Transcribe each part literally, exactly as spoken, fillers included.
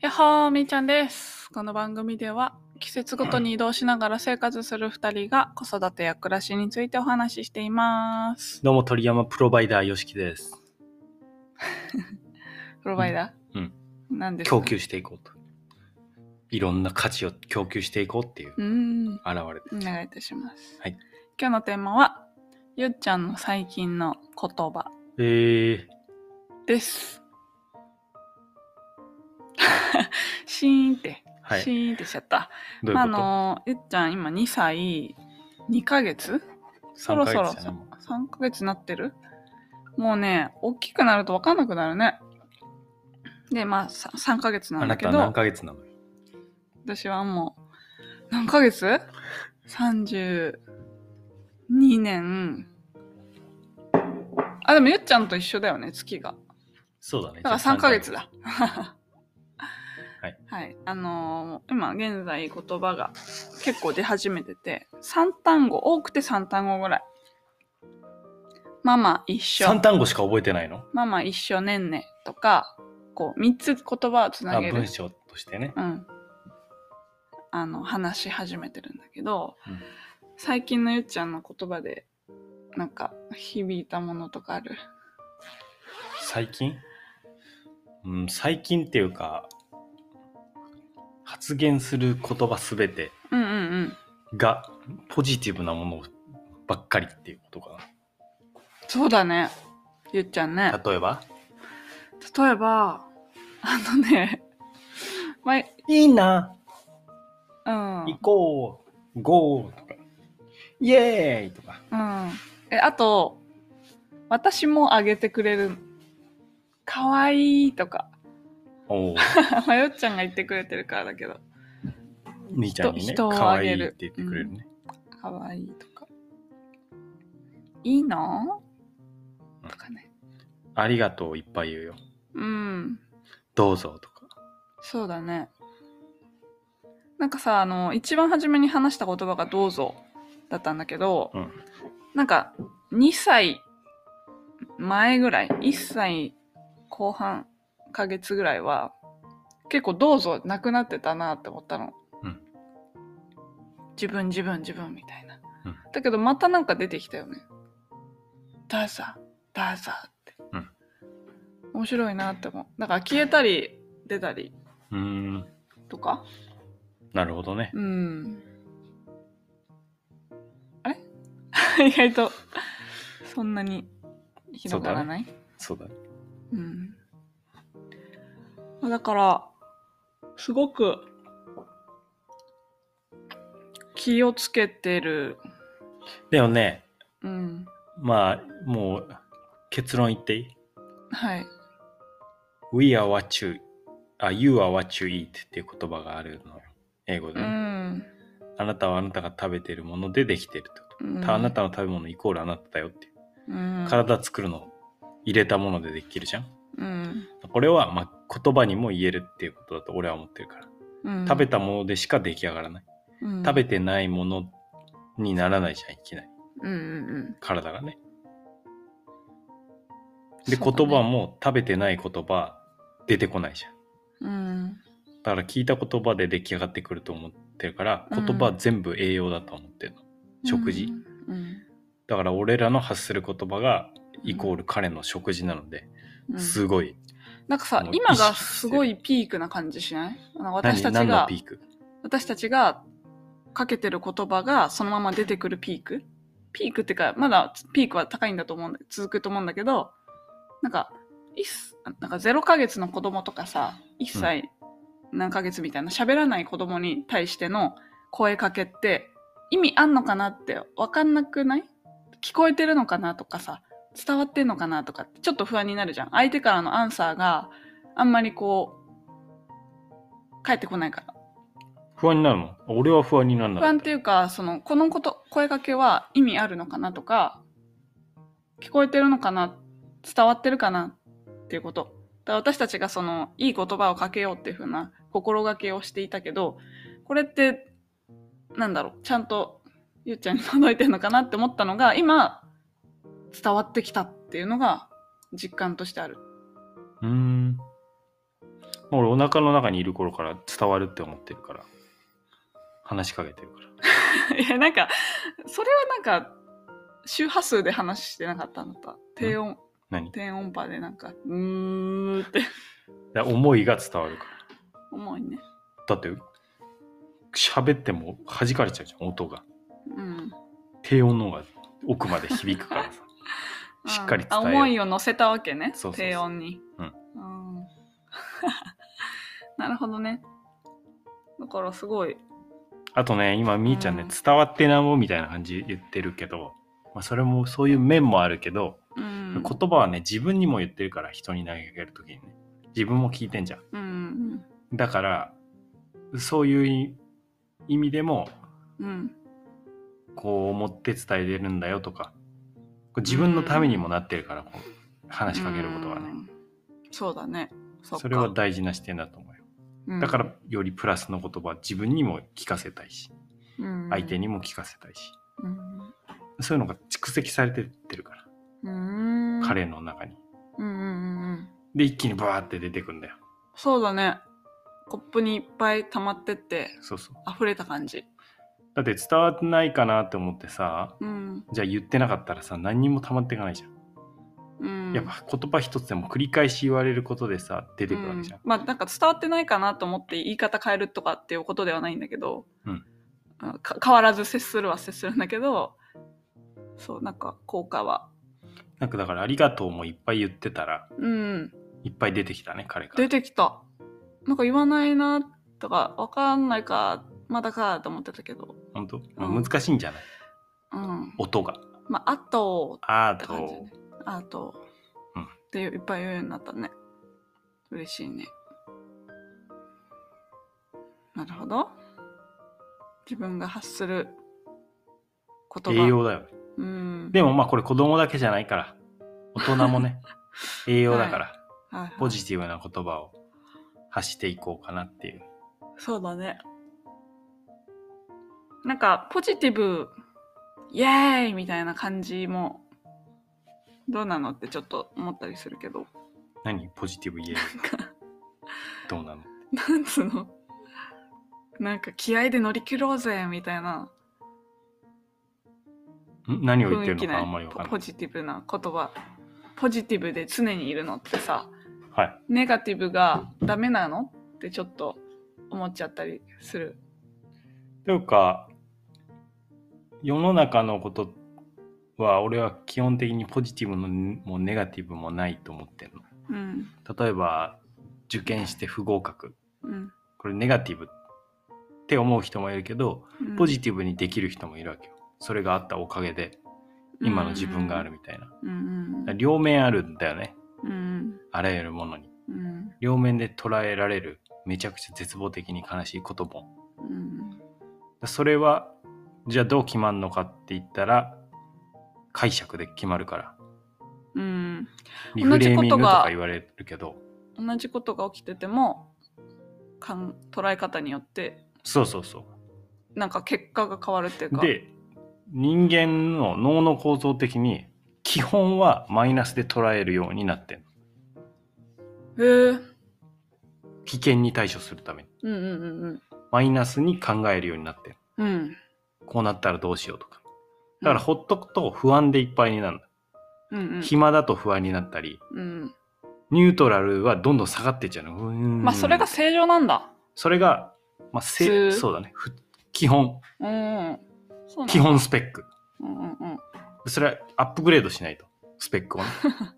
やっほーみーちゃんです。この番組では季節ごとに移動しながら生活するふたりが子育てや暮らしについてお話ししています。 どうも鳥山プロバイダーよしきです。 プロバイダー、 うん、 何ですか？ 供給していこうと、いろんな価値を供給していこうっていううん現れです。 お願いいたします、 はい、 今日のテーマはゆっちゃんの最近の言葉えー、 です。シーンって、 はい、 シーンってしちゃった。 どういうこと？ まあ、あのゆっちゃん今にさいにかげつ、そろそろさんかげつなってる。もうね、大きくなると分かんなくなるね。で、まあさんかげつなんだけど。 あなた何ヶ月なのよ？ 私はもう何ヶ月 ?さんじゅうにねん。あ、でもゆっちゃんと一緒だよね、月が。 そうだね。 だからさんかげつだ。 はい。 はい。あのー、今現在言葉が結構出始めてて、さん単語、多くてさん単語ぐらい。ママ一緒。 さん単語しか覚えてないの？ ママ一緒ねんねとか、こうみっつ言葉をつなげる。 あ、文章としてね。 うん。あの、話し始めてるんだけど、 うん、 最近のゆっちゃんの言葉で、なんか響いたものとかある？ 最近？うん、最近っていうか、発言する言葉すべてがポジティブなものばっかりっていうことかな。 そうだね、ゆっちゃんね。 例えば例えばあのね、まあ、いいな、 うん、 行こう、ゴーとか、イエーイとか、 うん、えあと私もあげてくれる、かわいいとか。 おまあゆっちゃんが言ってくれてるからだけど、 みーちゃんにね、 人をかわいあげるいって言ってくれるね。 うん、かわいいとか、いいのとかね。 ありがとういっぱい言うよ。 うん。 どうぞとか。 そうだね。なんかさ、あの一番初めに話した言葉がどうぞだったんだけど、 うん、 なんかにさいまえぐらい、いっさいこう半ヶ月ぐらいは結構どうぞなくなってたなって思ったの。 うん、 自分自分自分みたいな。 うん、 だけどまたなんか出てきたよね。どうぞどうぞって、うん、面白いなって思う。だから消えたり出たりうーんとか。 なるほどね。 うん。あれ意外とそんなに広がらない？ そうだね。 うん。だからすごく気をつけてる。 でもね、 うん、 まあもう結論言っていい？ はい。 We are what you, あ、You are what you eat っていう言葉があるのよ。英語でね。 うん、 あなたはあなたが食べているものでできているってこと。うん、あなたの食べ物イコールあなただよっていう。うん、体作るの入れたものでできるじゃん。うん、これは、まあ、言葉にも言えるっていうことだと俺は思ってるから。うん、食べたものでしか出来上がらない。うん、食べてないものにならないじゃん、いきなり。うんうんうん、体がね。で、ね、言葉も食べてない言葉出てこないじゃん。うん、だから聞いた言葉で出来上がってくると思ってるから、言葉は全部栄養だと思ってるの。うん、食事、うんうん。だから俺らの発する言葉がイコール彼の食事なので、うん、すごい。 なんかさ、今がすごいピークな感じしない？私たちが、 何のピーク？ 私たちがかけてる言葉がそのまま出てくるピーク？ピークってか、まだピークは高いんだと思うんだ、続くと思うんだけど、なんか、なんかゼロヶ月の子供とかさ、いっさい何ヶ月みたいな喋らない子供に対しての声かけって意味あんのかなって分かんなくない？聞こえてるのかなとかさ、伝わってんのかなとかってちょっと不安になるじゃん。相手からのアンサーがあんまりこう返ってこないから。 不安になるの？俺は不安になるの。 不安っていうか、そのこのこと声かけは意味あるのかなとか、聞こえてるのかな、伝わってるかなっていうこと。だから私たちがそのいい言葉をかけようっていう風な心がけをしていたけど、これってなんだろう、ちゃんとゆっちゃんに届いてるのかなって思ったのが今伝わってきたっていうのが実感としてある。 うーん。 俺お腹の中にいる頃から伝わるって思ってるから話しかけてるからいやなんかそれはなんか周波数で話してなかったんだった。低音何低音波でなんかうーってだ思いが伝わるから重いね。 だって喋っても弾かれちゃうじゃん音が、 うん、 低音の方が奥まで響くからさしっかり伝えよう。 思いを乗せたわけね。 そうそうそう低音に、 うん、 うん、なるほどね。だからすごいあとね今みーちゃんね、うん、伝わってなんぼみたいな感じ言ってるけど、まあ、それもそういう面もあるけど、うん、言葉はね自分にも言ってるから人に投げかけるときにね自分も聞いてんじゃん、うん、だからそういう意味でも、うん、こう思って伝えてるんだよとか自分のためにもなってるから、こう話しかけることがね、うん、 そうだね。 そ, それは大事な視点だと思うよ、うん、だからよりプラスの言葉自分にも聞かせたいし、うん、相手にも聞かせたいし、うん、そういうのが蓄積されてってるから、うん、彼の中に、うんうんうん、で一気にバーって出てくんだよ。 そうだね。コップにいっぱい溜まってってそうそう溢れた感じ。 だって伝わってないかなって思ってさ、うん、じゃあ言ってなかったらさ何にも溜まっていかないじゃん、うん、やっぱ言葉一つでも繰り返し言われることでさ出てくるわけじゃん、 うん、まあなんか伝わってないかなと思って言い方変えるとかっていうことではないんだけど、うん、変わらず接するは接するんだけど、そうなんか効果はなんかだからありがとうもいっぱい言ってたら、うん、いっぱい出てきたね彼から。 出てきた。なんか言わないなとか分かんないかまだかと思ってたけど。 本当、まあ、難しいんじゃない、うん、音が。 まああとあと、ね、 あと、うん、っていっぱい言うようになったね。嬉しいね。なるほど。自分が発する言葉。 栄養だよね。うん。でもまあこれ子供だけじゃないから、大人もね栄養だから、はいはいはい、ポジティブな言葉を発していこうかなっていう。 そうだね。なんかポジティブイエーイみたいな感じもどうなのってちょっと思ったりするけど。 何ポジティブイエーイどうなのなんつうの、なんか気合で乗り切ろうぜみたいな。 ん何を言ってるのかあんまり分かんない。 ポジティブな言葉、ポジティブで常にいるのってさ、 はい、 ネガティブがダメなのってちょっと思っちゃったりする。 というか世の中のことは俺は基本的にポジティブもネガティブもないと思ってるの、うん、例えば受験して不合格、うん、これネガティブって思う人もいるけど、うん、ポジティブにできる人もいるわけよ。それがあったおかげで今の自分があるみたいな、うんうん、両面あるんだよね、うん、あらゆるものに、うん、両面で捉えられるめちゃくちゃ絶望的に悲しいことも、うん、それはじゃあどう決まるのかって言ったら解釈で決まるから、うん、リフレーミングとか言われるけど同じことが起きててもかん捉え方によってそうそうそうなんか結果が変わるっていうか。 で人間の脳の構造的に基本はマイナスで捉えるようになってんの。へえ。危険に対処するために、うんうんうんうん、マイナスに考えるようになってんの、うん、こうなったらどうしようとか。だからほっとくと不安でいっぱいになるんだ、うんうん、暇だと不安になったり、うん、ニュートラルはどんどん下がっていっちゃうの。うーん、 まあそれが正常なんだ。 それが、まあ、せそうだね、基本、うん、そう基本スペック、うんうんうん、それはアップグレードしないとスペックをね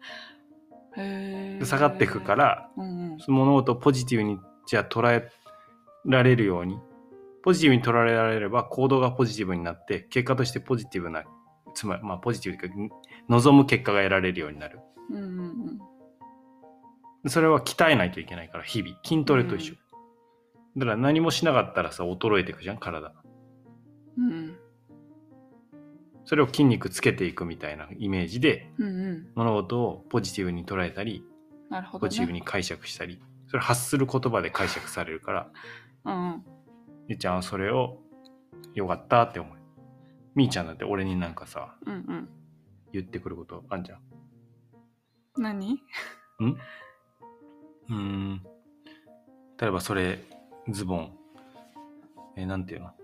へ下がっていくから、うんうん、その物事をポジティブにじゃあ捉えられるように、ポジティブに捉えられれば行動がポジティブになって結果としてポジティブな、つまりまあポジティブというか望む結果が得られるようになる、うんうんうん、それは鍛えないといけないから日々筋トレと一緒、うん、だから何もしなかったらさ衰えていくじゃん体、うん、それを筋肉つけていくみたいなイメージで、うんうん、物事をポジティブに捉えたり、なるほどね、ポジティブに解釈したり、それ発する言葉で解釈されるから、うん、ゆっちゃんはそれをよかったって思う。みーちゃんだって俺になんかさ、うんうん、言ってくることあんじゃん。 何？ ん？うーん。 例えばそれズボンえなんていうの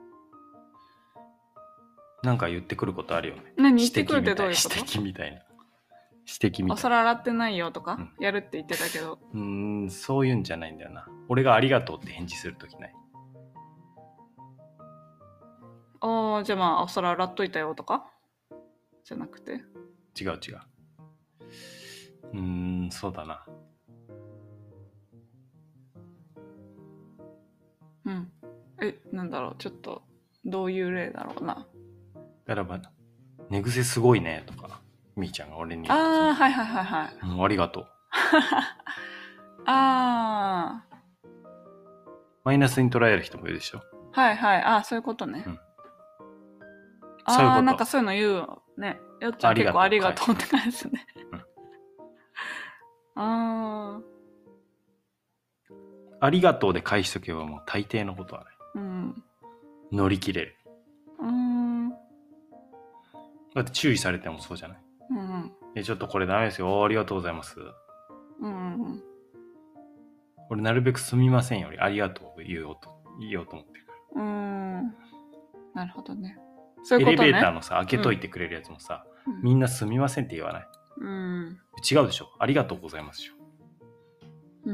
なんか言ってくることあるよね。 何言ってくるってどういうこと？ 指摘みたいな。指摘みたいな。 お皿洗ってないよとか、うん、やるって言ってたけど。 うーん、そういうんじゃないんだよな。俺がありがとうって返事するときない。 ああ、じゃあまあお皿洗っといたよとかじゃなくて。 違う違う。うーん、そうだな。 うん。え、なんだろう、ちょっとどういう例だろうな。 だからば寝癖すごいねとかみーちゃんが俺に言ってああはいはいはいはい、 うん、ありがとうああマイナスに捉える人もいるでしょ。 はいはいああそういうことね、うん、あそういうことなんかそういうの言うよね。よっちゃん結構ありがとうって感じですね、うん、ああありがとうで返しとけばもう大抵のことはね、 うん、 乗り切れる。 うんだって注意されてもそうじゃない、 うん、 えちょっとこれダメですよありがとうございます、 うん、 俺なるべくすみませんよりありがとう言おうと言おうと思ってる。 うん、なるほどね。そういうことね。 エレベーターのさ開けといてくれるやつもさ、うん、みんなすみませんって言わない、うん、違うでしょありがとうございますでしょ、 うん、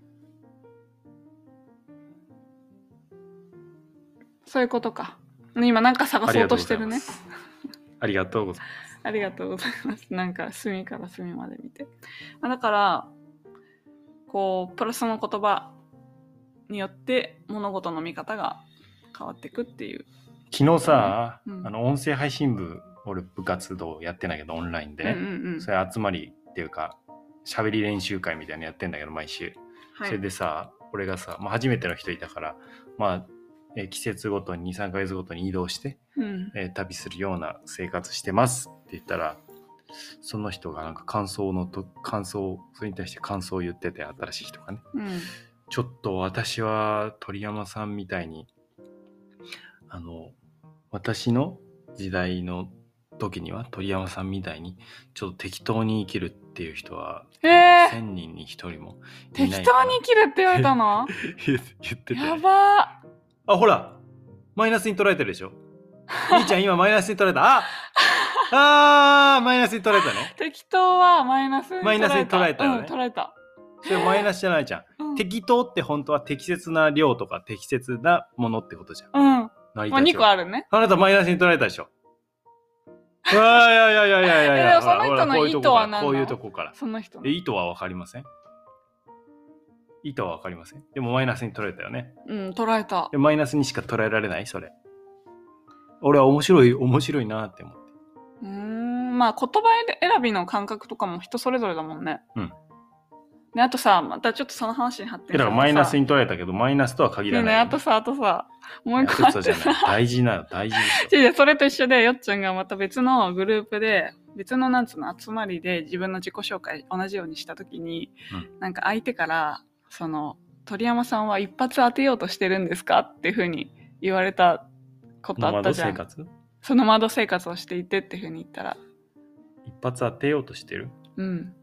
そういうことか。今なんか探そうとしてるね。 ありがとうございます。 ありがとうございます。なんか隅から隅まで見て。だからこうプラスの言葉によって物事の見方が変わっていくっていう。 昨日さ、うん、あの音声配信部俺部活動やってないけどオンラインでね、うんうんうん、それ集まりっていうか喋り練習会みたいなのやってんだけど毎週、はい、それでさ俺がさ、まあ、初めての人いたからまあえ季節ごとに にさんかげつごとに移動して、うんえー、旅するような生活してますって言ったらその人がなんか感想のと感想それに対して感想を言ってて新しい人がね、うん、ちょっと私は鳥山さんみたいにあの私の時代の時には鳥山さんみたいにちょっと適当に生きるっていう人はせんにんにひとりもいない。 適当に生きるって言われたの言っててやばー。 あ、ほらマイナスに捉えてるでしょみーちゃん今マイナスに捉えた。ああーマイナスに捉えたね。 適当はマイナスに捉えた。 マイナスに捉えたよね、 うん、捉えた。 それマイナスじゃないじゃん、うん、適当って本当は適切な量とか適切なものってことじゃん。 うんまあにこあるね。 あなたマイナスに捉えたでしょ。いやいやいやいやいやいやいや。 その人の意図は何なの？ こういうとこから。 その人の。 え意図はわかりません。意図はわかりません。でもマイナスに捉えたよね。 うん、捉えた。 マイナスにしか捉えられないそれ。俺は面白い面白いなって思って。 うーん、まあ言葉選びの感覚とかも人それぞれだもんね。うん。であとさ、またちょっとその話に発展した。 だからマイナスに捉えたけどマイナスとは限らない、 ね。ねあとさあとさもう一個あってさ。 大事な大事でしょ。それと一緒でよっちゃんがまた別のグループで別のなんつうの集まりで自分の自己紹介同じようにしたときに、うん、なんか相手からその鳥山さんは一発当てようとしてるんですかっていうふうに言われたことあったじゃん。 ノマド生活？ その窓生活をしていてっていうふうに言ったら一発当てようとしてる？ うん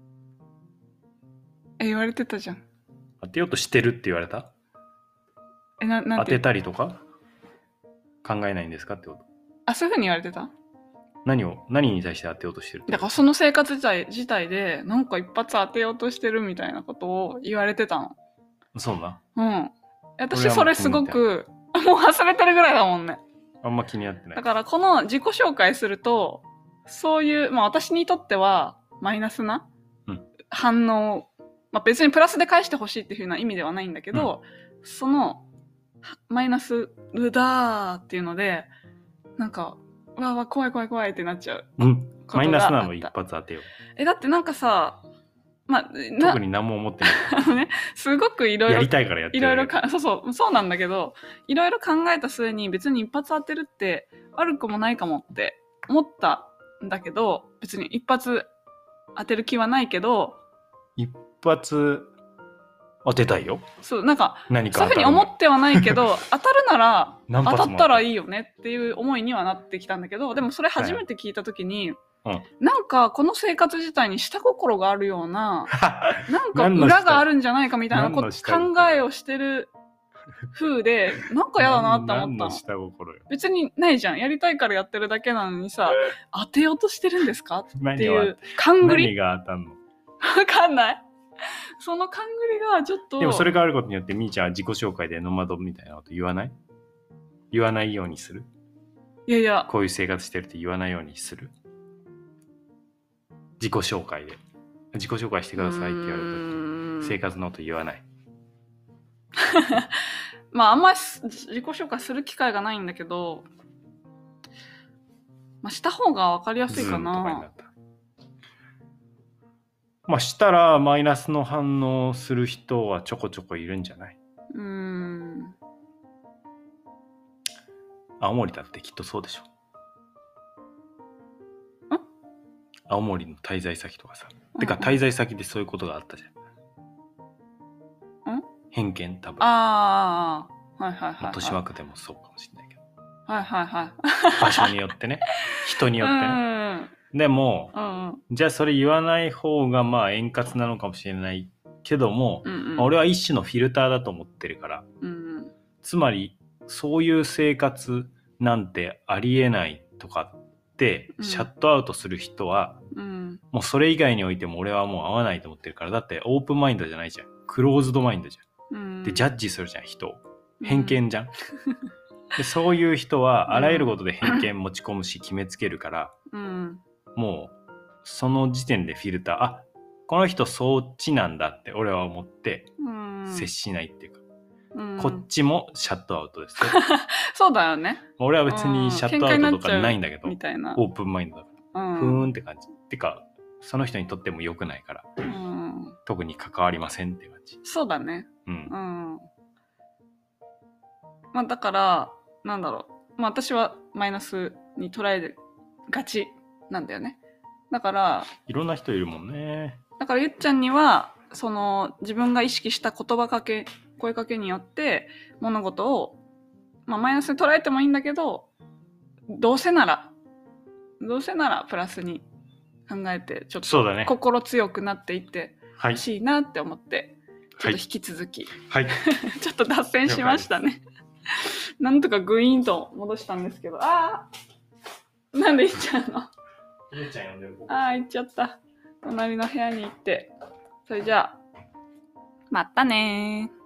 え言われてたじゃん。 当てようとしてるって言われた？ えななんて当てたりとか考えないんですかってこと？ あそういうふうに言われてた？ 何を何に対して当てようとしてる？ だからその生活自体自体でなんか一発当てようとしてるみたいなことを言われてたの。 そうな。 うん私それすごくもう忘れてるぐらいだもんね。 あんま気になってない。 だからこの自己紹介するとそういうまあ私にとってはマイナスな反応、うんまあ、別にプラスで返してほしいっていう風な意味ではないんだけど、うん、そのマイナスうだーっていうのでなんかわわ怖い怖い怖いってなっちゃう、 うん、マイナスなの一発当てよう。 えだってなんかさまあ、 特に何も思ってない、 ね、すごくいろいろやりたいからやってるいろいろかそうそうそうなんだけどいろいろ考えた末に別に一発当てるって悪くもないかもって思ったんだけど別に一発当てる気はないけど一発当てたいよ。 そうなんか何かそういうふうに思ってはないけど当たるなら当たったらいいよねっていう思いにはなってきたんだけどでもそれ初めて聞いた時に、 うん、 なんかこの生活自体に下心があるような、なんか裏があるんじゃないかみたいなこと考えをしてる風で、なんか嫌だなって思ったの。 何の下心よ。 別にないじゃん。やりたいからやってるだけなのにさ、当てようとしてるんですかっていう勘繰り。 何が当たんの？ わかんない。その勘繰りがちょっと。 でもそれがあることによってみーちゃんは自己紹介でノマドみたいなこと言わない？言わないようにする？ いやいや。 こういう生活してるって言わないようにする？自己紹介で。自己紹介してくださいって言われた時、生活のこと言わない。 まああんまり自己紹介する機会がないんだけど、まあした方が分かりやすいかな。ズームとかになった。 まあしたらマイナスの反応する人はちょこちょこいるんじゃない？ うーん。 青森だってきっとそうでしょ。 ん？ 青森の滞在先とかさ。てか滞在先でそういうことがあったじゃん。ん？偏見多分。 ああ、はいはいはい、はい。 豊島区でもそうかもしれないけど。 はいはいはい。 場所によってね。人によってね。うんでも、うんうん、じゃあそれ言わない方がまあ円滑なのかもしれないけども、うんうんまあ、俺は一種のフィルターだと思ってるから、うんうん、つまりそういう生活なんてありえないとかってシャットアウトする人は、うん、もうそれ以外においても俺はもう合わないと思ってるから。だってオープンマインドじゃないじゃん。クローズドマインドじゃん、うん、でジャッジするじゃん人を。偏見じゃん、うん、でそういう人はあらゆることで偏見持ち込むし決めつけるから、うんもうその時点でフィルター、あ、この人そっちなんだって俺は思って接しないっていうか、うん、こっちもシャットアウトですよ。 そうだよね。 俺は別にシャットアウトとかないんだけど、 みたいなオープンマインドだから、うん、ふーんって感じ。てかその人にとっても良くないから、うん、特に関わりませんって感じ。 そうだね。うん。うん、まあだからなんだろう。まあ私はマイナスに捉えがち。なんだよね。だからいろんな人いるもんね。 だからゆっちゃんにはその自分が意識した言葉かけ声かけによって物事を、まあ、マイナスに捉えてもいいんだけど、どうせならどうせならプラスに考えてちょっと心強くなっていってほしいなって思って、ちょっと引き続き、はい、ちょっと脱線しましたね。なんとかグイーンと戻したんですけど、あーなんでいっちゃうの？ ゆうちゃん呼んでる。 ああ、行っちゃった。隣の部屋に行って。それじゃあ、またねー。